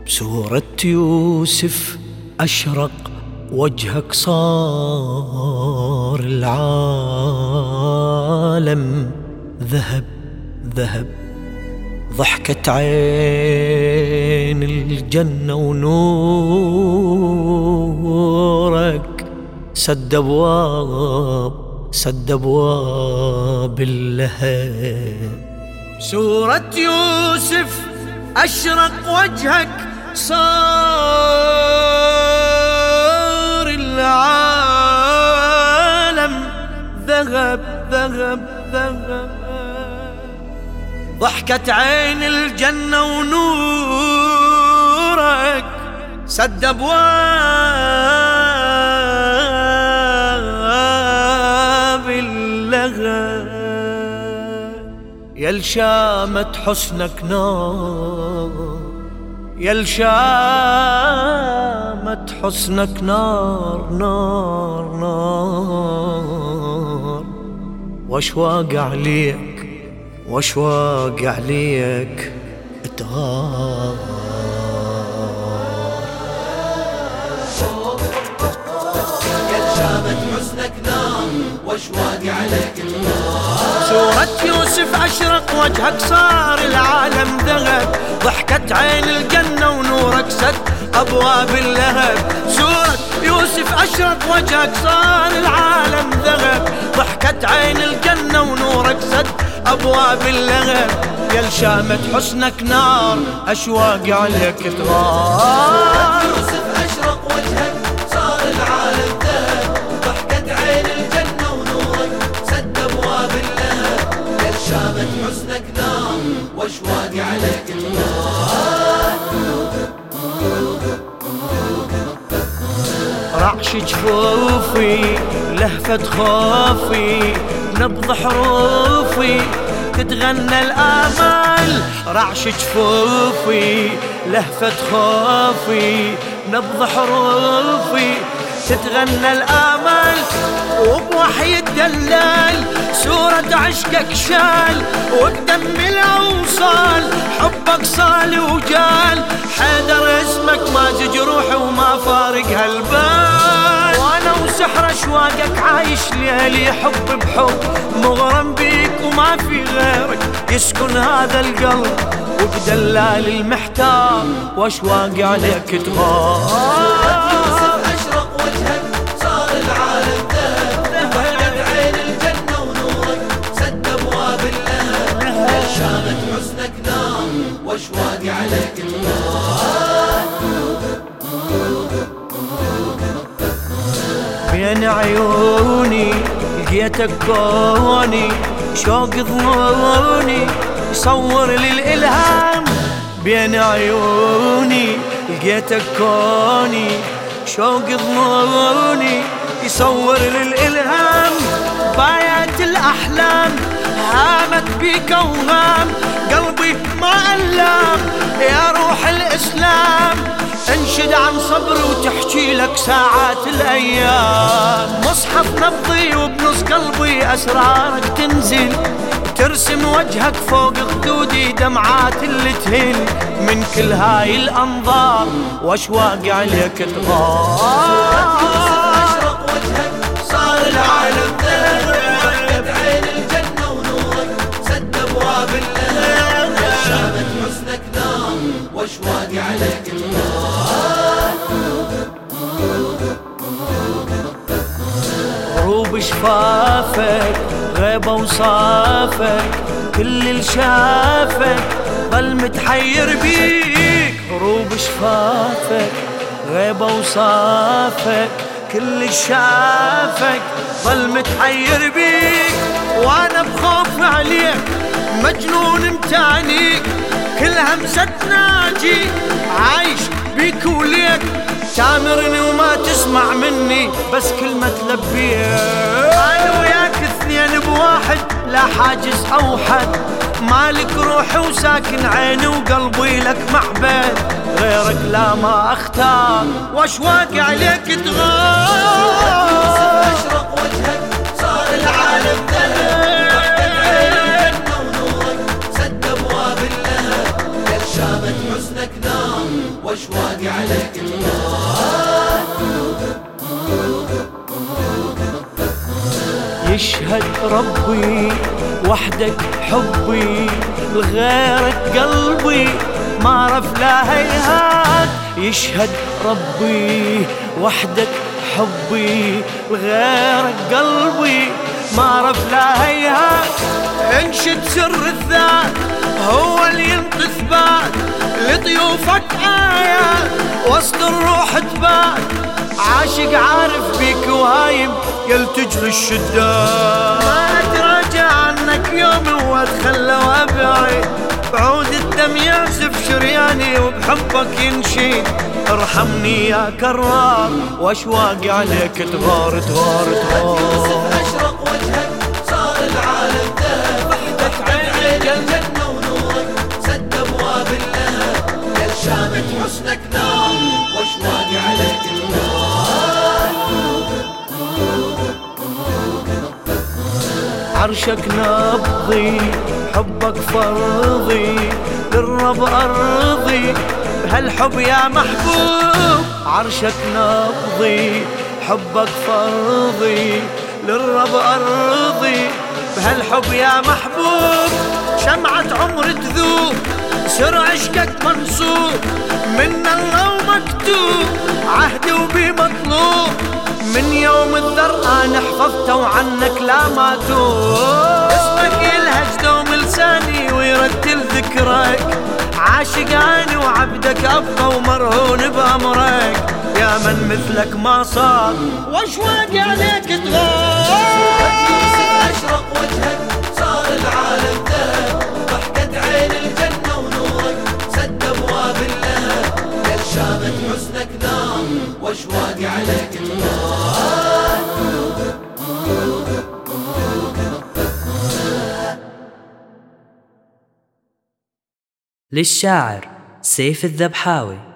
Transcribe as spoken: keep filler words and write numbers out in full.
بسورة يوسف أشرق وجهك، صار العالم ذهب ذهب. ضحكت عين الجنة ونورك سد أبواب سد أبواب اللهب. سورة يوسف أشرق وجهك، صار العالم ذهب ذهب ذهب. ضحكت عين الجنة ونورك سد أبواب اللهب. يا شامت حسنك نار، يا شامت حسنك نار نار نار. واشواق عليك واشواق عليك تغار. يا شامت حسنك نار واشواق عليك تغار. سورة يوسف أشرق وجهك، صار العالم ذهب. ضحكت عين الجنة ونورك سد أبواب اللهب. سورة يوسف أشرق وجهك، صار العالم ذهب. ضحكت عين الجنة ونورك سد أبواب اللهب. يا شامت حسنك نار أشواق عليك تغار. يوسف أشرق وجهك، صار العالم ذهب. ضحكت عين الجنة ونورك سد أبواب اللهب. يا شامت حسنك نار واشواق عليك تغار. رعش جفوفي لهفة خوفي، نبض حروفي تتغنى الآمال. رعش جفوفي لهفة خوفي، نبض حروفي تتغنى الآمال. وبوحي الدلال سورة عشقك شال، وبدم الأوصال حبك صال وجال. حيدر اسمك مازج روحي وما فارق هالبال. وانا وسحر اشواقك عايش ليالي حب بحب، مغرم بيك وما في غيرك يسكن هذا القلب. وبدلال المحتار واشواقي عليك تغار. يوسف أشرق وجهك، صار العالم ذهب. ضحكت عين الجنة ونورك سد أبواب اللهب. يا شامت حسنك نار واشواقي عليك تغار. بين عيوني لقيتك كوني، شوق ظنوني يصور للإلهام. بين عيوني لقيتك كوني، شوق ظنوني يصور للإلهام. بايات الأحلام هامت بيك أوهام، قلبي ما ألام يا روح الإسلام. انشد عن صبري وتحكي لك ساعات الأيام. مصحف نبضي وبنص قلبي أسرارك تنزل، ترسم وجهك فوق خدودي دمعات اللي تهل. من كل هاي الأنظار واشواقي عليك تغار. أشرق وجهك، صار العالم ذهب. ضحكت عين الجنة ونورك سد أبواب اللهب. يا شامت حسنك نار واشواقي عليك تغار. غروب شفافك غيبة وصافك، كل اللي شافك ظل متحير بيك. غروب شفافك غيبة وصافك، كل اللي شافك ظل متحير بيك. وانا بخوف عليك مجنون متعنيك، كل همسة ناجي عايش بيك وليك. تامرني وما تسمع مني بس كلمة تلبيك. أنا وياك اثنين بواحد، لا حاجز أو حد. مالك روحي وساكن عيني وقلبي لك معبد. غيرك لا ما اختار واشواقي عليك تغار. أشرق وجهك، صار العالم ذهب. ضحكت عين الجنة ونورك سد أبواب اللهب. يا شامت حسنك نار ربي وحدك حبي لغيرك قلبي ما عرف لا هيهات يشهد ربي وحدك حبي لغيرك قلبي ما عرف لا هيهات انشد سر الذات هو اللي ينطي ثبات لضيوفك آيات وسط الروح تبات عاشق عارف بيك وهايم يلتج للشدات ما اتراجع عنك يوم واتخلى وابعد بعود الدم يعزف شرياني وبحبك ينشيد ارحمني يا كرار واشواقي عليك تغار تغار تغار أشرق وجهك صار العالم ذهب وحدك عين الجنة ونورك سد أبواب اللهب يا شامت حسنك نار واشواقي عليك النار عرشك نبضي حبك فرضي للرب أرضي بهالحب يا محبوب عرشك نبضي حبك فرضي للرب أرضي بهالحب يا محبوب شمعة عمر تذوب سر عشقك منصوب من الله ومكتوب عهدي وبي مطلوب من يوم الذر أنا حفظته وعنك لا ما توب اسمك يلهج دوم لساني ويرتل ذكرك عاشق عيني وعبدك أبقى ومرهون بأمرك يا من مثلك ما صار واشواقي عليك تغار أشرق وجهك صار العالم ذهب ضحكة عين الجنة ونورك سد أبواب اللهب يا شامت حسنك نار واشواقي عليك النار. للشاعر سيف الذبحاوي.